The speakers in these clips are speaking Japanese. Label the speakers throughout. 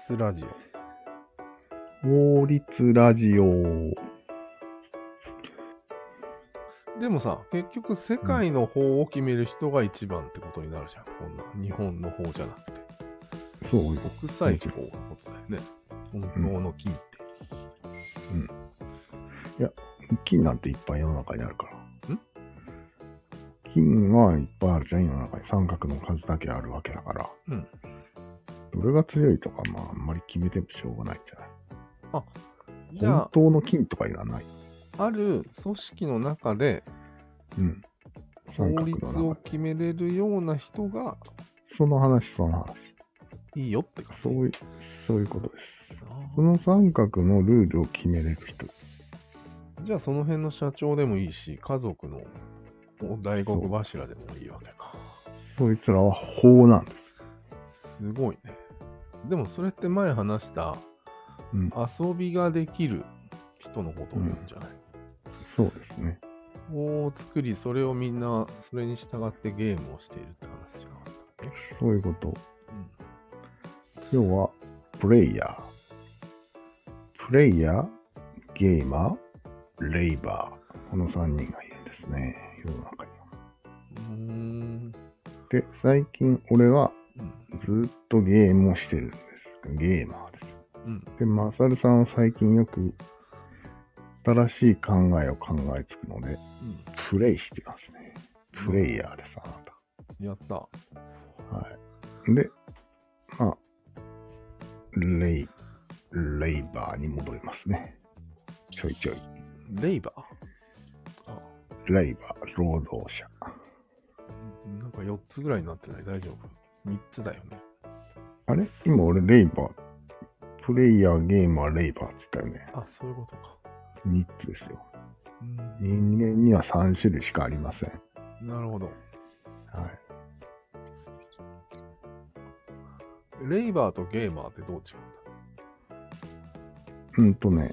Speaker 1: 律ラジ
Speaker 2: 法律ラジオ。
Speaker 1: オ。でもさ、結局世界の法を決める人が一番ってことになるじゃん。こんな日本の法じゃなくて。
Speaker 2: そうよ。
Speaker 1: 国際法のことだよね。本当の金って。
Speaker 2: いや、金なんていっぱい世の中にあるから。金はいっぱいあるじゃん、世の中に。三角の数だけあるわけだから。どれが強いとか、あんまり決めてもしょうがないんじゃない。
Speaker 1: じゃあ、
Speaker 2: 本当の金とかいらない。
Speaker 1: ある組織の中で、法律を決めれるような人が、
Speaker 2: その話。
Speaker 1: いいよって感じ。
Speaker 2: そういうことです。その三角のルールを決めれる人。
Speaker 1: じゃあその辺の社長でもいいし、家族の大黒柱でもいいわけか。
Speaker 2: そいつらは法なんです。
Speaker 1: すごいね。でもそれって前話した、遊びができる人のことを言うんじゃない、
Speaker 2: そうですね。
Speaker 1: 法を作り、それをみんな、それに従ってゲームをしているって話じゃなかったっけ？
Speaker 2: そういうこと。要は、プレイヤー、ゲーマー、レイバー。この3人がいるんですね、世の中には。で、最近俺はずっとゲームをしてるんです。ゲーマーです。で、マサルさんは最近よく新しい考えを考えつくので、プレイしてますね。プレイヤーです、あなた。
Speaker 1: やった。
Speaker 2: はい。で、レイバーに戻りますね。ちょいちょい。
Speaker 1: レイバー？
Speaker 2: レイバー、労働者。
Speaker 1: なんか4つぐらいになってない？大丈夫？ 3 つだよね。
Speaker 2: あれ今俺レイバー、プレイヤー、ゲーマー、レイバーって言ったよね。
Speaker 1: そういうことか。
Speaker 2: 3つですよ。人間には3種類しかありません。
Speaker 1: なるほど。
Speaker 2: はい。
Speaker 1: レイバーとゲーマーってどう違
Speaker 2: うんだ？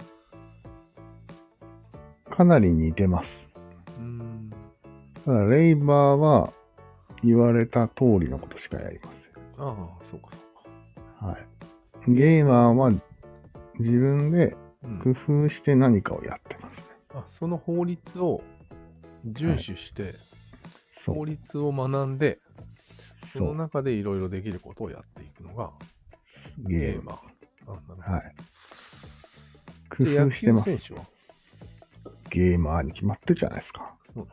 Speaker 2: かなり似てます。ただ、レイバーは言われた通りのことしかやりません。
Speaker 1: そうか。
Speaker 2: はい。ゲーマーは自分で工夫して何かをやってますね。
Speaker 1: その法律を遵守して、法律を学んで、その中でいろいろできることをやっていくのがゲーマー。なるほど。はい。工夫してます。野球選手は
Speaker 2: ゲーマーに決まってるじゃないですか。
Speaker 1: そう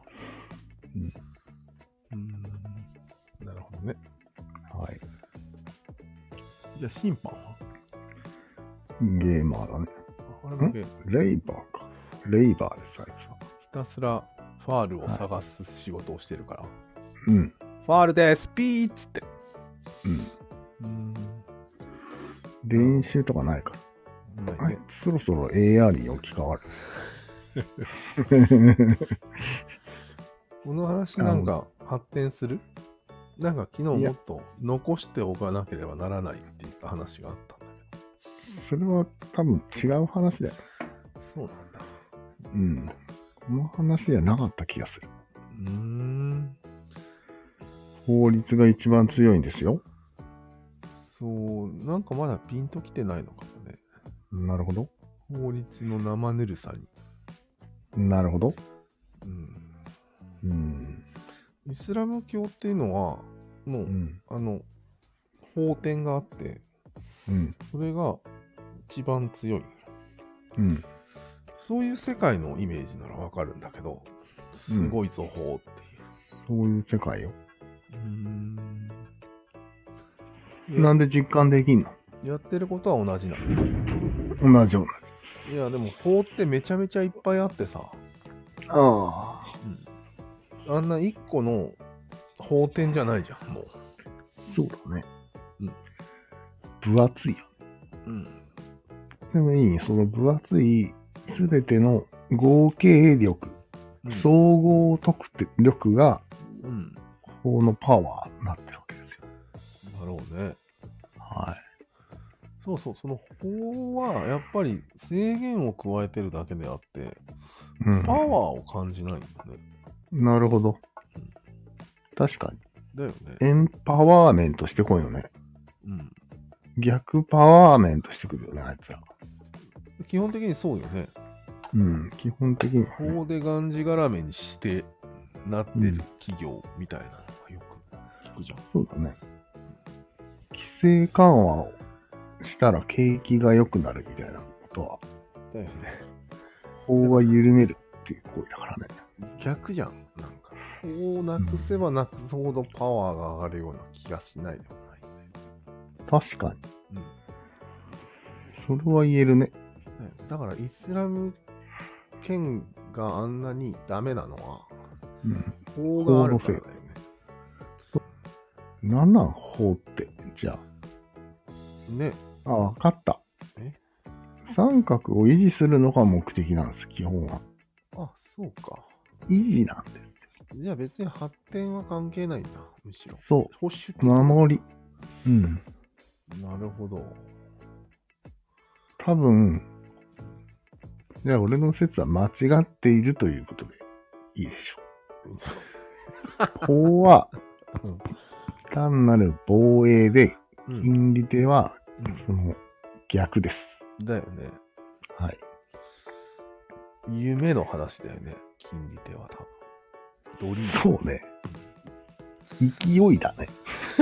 Speaker 1: なの。なるほどね。
Speaker 2: はい。
Speaker 1: じゃあ審判は
Speaker 2: ゲーマーだね。レイバーか。レイバーです、あいつは。
Speaker 1: ひたすらファールを探す仕事をしてるから。
Speaker 2: フ
Speaker 1: ァールです、ピーっつって。
Speaker 2: 練習とかないから。ないね。そろそろ AR に置き換わる。
Speaker 1: この話なんか発展する？なんか昨日もっと残しておかなければならないっていう話があったんだ
Speaker 2: けど。それは多分違う話だよ。
Speaker 1: そうなんだ。
Speaker 2: この話じゃなかった気がする。法律が一番強いんですよ。
Speaker 1: そう、なんかまだピンときてないのかもね。
Speaker 2: なるほど。
Speaker 1: 法律の生ぬるさに。
Speaker 2: なるほど。
Speaker 1: イスラム教っていうのは、もう、法典があって、それが一番強い。そういう世界のイメージならわかるんだけど、すごいぞ、法っていう。
Speaker 2: そういう世界よ。なんで実感できんの？
Speaker 1: やってることは同じな
Speaker 2: の？同じ。
Speaker 1: いや、でも法ってめちゃめちゃいっぱいあってさ。あんな一個の法典じゃないじゃん、もう。
Speaker 2: そうだね。分厚いよ。でもいい、その分厚いすべての合計力、総合得点力が、法のパワーになってるわけですよ。
Speaker 1: なるほどね。
Speaker 2: はい。
Speaker 1: そう、その法はやっぱり制限を加えてるだけであって、パワーを感じないんだね。
Speaker 2: なるほど。確かに。
Speaker 1: だよね。
Speaker 2: エンパワーメントしてこいよね。 逆パワーメントしてくるよね、あいつら。
Speaker 1: 基本的にそうよね。
Speaker 2: うん、基本的に、ね。
Speaker 1: 法でがんじがらめにしてなってる企業みたいなのがよく聞くじゃん。
Speaker 2: そうだね。規制緩和をしたら景気が良くなるみたいなことは、
Speaker 1: だよね。
Speaker 2: 法は緩めるっていう行為だからね。
Speaker 1: 逆じゃん。なんか、法をなくせばなくすほどパワーが上がるような気がしないでもないんだよ。
Speaker 2: 確かに。
Speaker 1: うん。
Speaker 2: それは言えるね。
Speaker 1: だからイスラム圏があんなにダメなのは、法があるからだよね。
Speaker 2: なんなん法って、じゃあ。
Speaker 1: ね。
Speaker 2: あ、わかった。三角を維持するのが目的なんです、基本は。
Speaker 1: あ、そうか。
Speaker 2: 維持なんです。
Speaker 1: じゃあ別に発展は関係ないんだ、むしろ。
Speaker 2: そう。
Speaker 1: 保守的
Speaker 2: 守り。うん。
Speaker 1: なるほど。
Speaker 2: 多分、じゃあ俺の説は間違っているということでいいでしょう。法は単なる防衛で、金利手はその逆です。
Speaker 1: だよね。
Speaker 2: はい。
Speaker 1: 夢の話だよね、金利手は多分。ドリーム。
Speaker 2: そうね。勢いだね。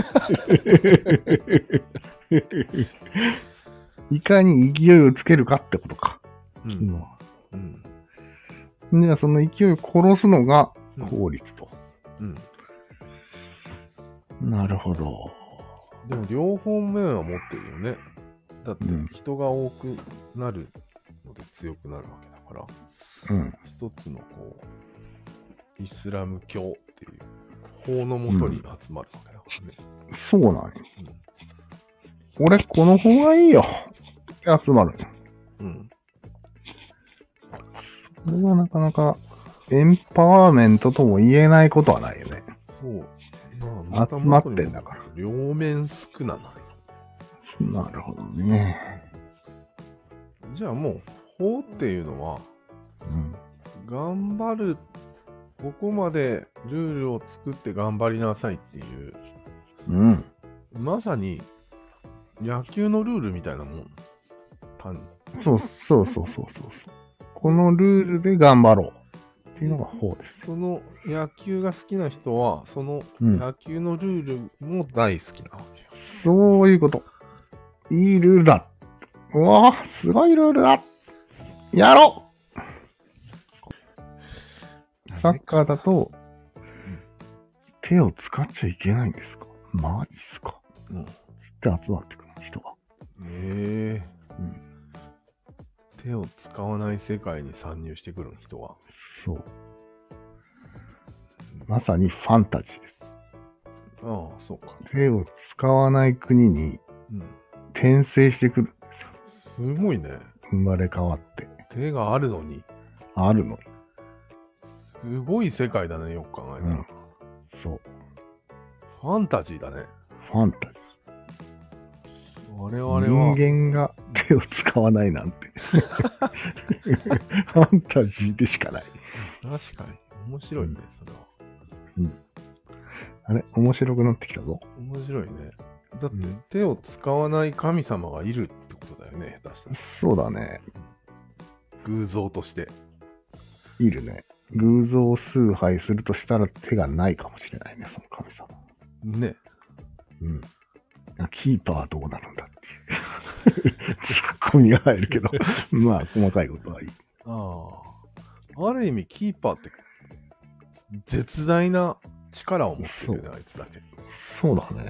Speaker 2: いかに勢いをつけるかってことか。じゃあその勢いを殺すのが法律と。なるほど。
Speaker 1: でも両方面は持ってるよね。だって人が多くなるので強くなるわけだから、一つのこうイスラム教っていう法のもとに集まるわけだからね。
Speaker 2: そうなんよ。俺この方がいいよ。集まる。それはなかなかエンパワーメントとも言えないことはないよね。
Speaker 1: そう。
Speaker 2: まあ、集まってんだから。
Speaker 1: 両面少なない。
Speaker 2: なるほどね。
Speaker 1: じゃあもう、法っていうのは、頑張る、ここまでルールを作って頑張りなさいっていう、まさに野球のルールみたいなもん。
Speaker 2: そう。このルールで頑張ろうっていうのが法です。
Speaker 1: その野球が好きな人は、その野球のルールも大好きなわけよ。
Speaker 2: そういうこと。いいルールだ。うわぁ、すごいルールだ。やろう。サッカーだと、手を使っちゃいけないんですか？マジっすか？って集まってくる人が。
Speaker 1: 手を使わない世界に参入してくる人は。
Speaker 2: そう。まさにファンタジーです。
Speaker 1: ああ、そうか。
Speaker 2: 手を使わない国に転生してくるん
Speaker 1: ですよ。すごいね。
Speaker 2: 生まれ変わって。
Speaker 1: 手があるのに。
Speaker 2: あるのに。
Speaker 1: すごい世界だね、よく考えたら。
Speaker 2: そう。
Speaker 1: ファンタジーだね。
Speaker 2: ファンタジー。
Speaker 1: 我々は
Speaker 2: 人間が手を使わないなんてファンタジーでしかない。
Speaker 1: 確かに面白いね、それは。
Speaker 2: あれ面白くなってきたぞ。
Speaker 1: 面白いね。だって手を使わない神様がいるってことだよね、下手したら。
Speaker 2: そうだね。
Speaker 1: 偶像として
Speaker 2: いるね。偶像崇拝するとしたら手がないかもしれないね、その神様
Speaker 1: ね。
Speaker 2: キーパーはどうなるんだっていうツッコミが入るけどまあ細かいことはいい。
Speaker 1: ある意味キーパーって絶大な力を持ってるよね、あいつだけ。
Speaker 2: そうだね。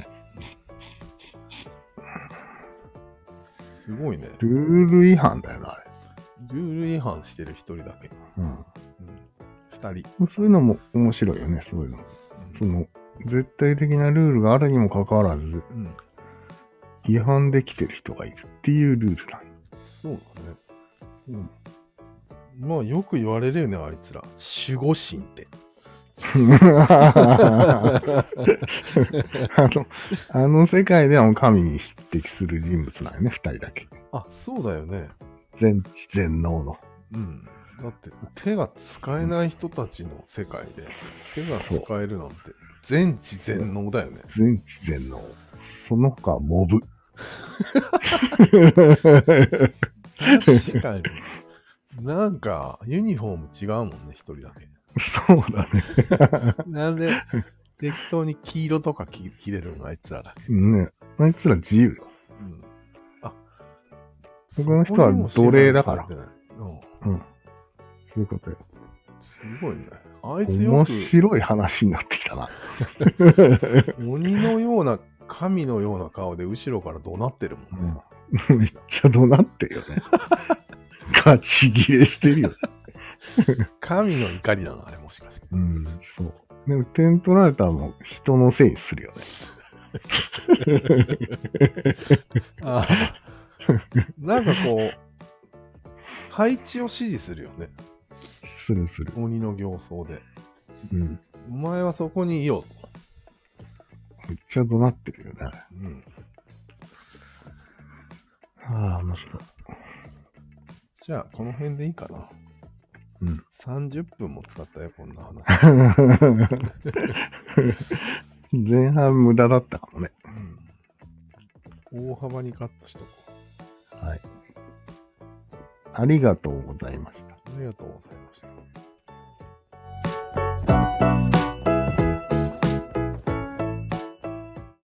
Speaker 1: すごいね。
Speaker 2: ルール違反だよな、あれ。
Speaker 1: ルール違反してる一人だけ。二人。
Speaker 2: そういうのも面白いよね、そういうの。その絶対的なルールがあるにもかかわらず、違反できてる人がいるっていうルールなん。
Speaker 1: そうだね。まあよく言われるよね、あいつら。守護神って。
Speaker 2: あの世界では神に匹敵する人物なんよね、二人だけ。
Speaker 1: あ、そうだよね。
Speaker 2: 全知全能の。
Speaker 1: だって手が使えない人たちの世界で手が使えるなんて全知全能だよね。
Speaker 2: 全知全能。その他はモブ。
Speaker 1: 確かに。なんか、ユニフォーム違うもんね、一人だけ。
Speaker 2: そうだね。
Speaker 1: なんで、適当に黄色とか着れるの、あいつらだけ。
Speaker 2: ね。あいつら自由よ。
Speaker 1: うん。あ、
Speaker 2: 他の人は奴隷だから。
Speaker 1: うん。
Speaker 2: そういうことよ。
Speaker 1: すごいね。あいつよく。
Speaker 2: 面白い話になってきたな。
Speaker 1: 鬼のような、神のような顔で後ろから怒鳴ってるもんね。
Speaker 2: めっちゃ怒鳴ってるよね。ガチ切れしてるよ。
Speaker 1: 神の怒りなの、あれもしかして。
Speaker 2: うん、そう。でも、点取られたらもう人のせいにするよね。
Speaker 1: ああ。なんかこう、配置を指示するよね。
Speaker 2: するする。
Speaker 1: 鬼の形相で。
Speaker 2: うん。
Speaker 1: お前はそこにいようと。
Speaker 2: めっちゃ怒鳴ってるよね。
Speaker 1: うん。
Speaker 2: ああ、面白い。
Speaker 1: じゃあ、この辺でいいかな。
Speaker 2: うん。
Speaker 1: 30分も使ったよ、こんな話。
Speaker 2: 前半無駄だったかもね。
Speaker 1: うん。大幅にカットしとこ
Speaker 2: う。はい。ありがとうございました。
Speaker 1: ありがとうございました。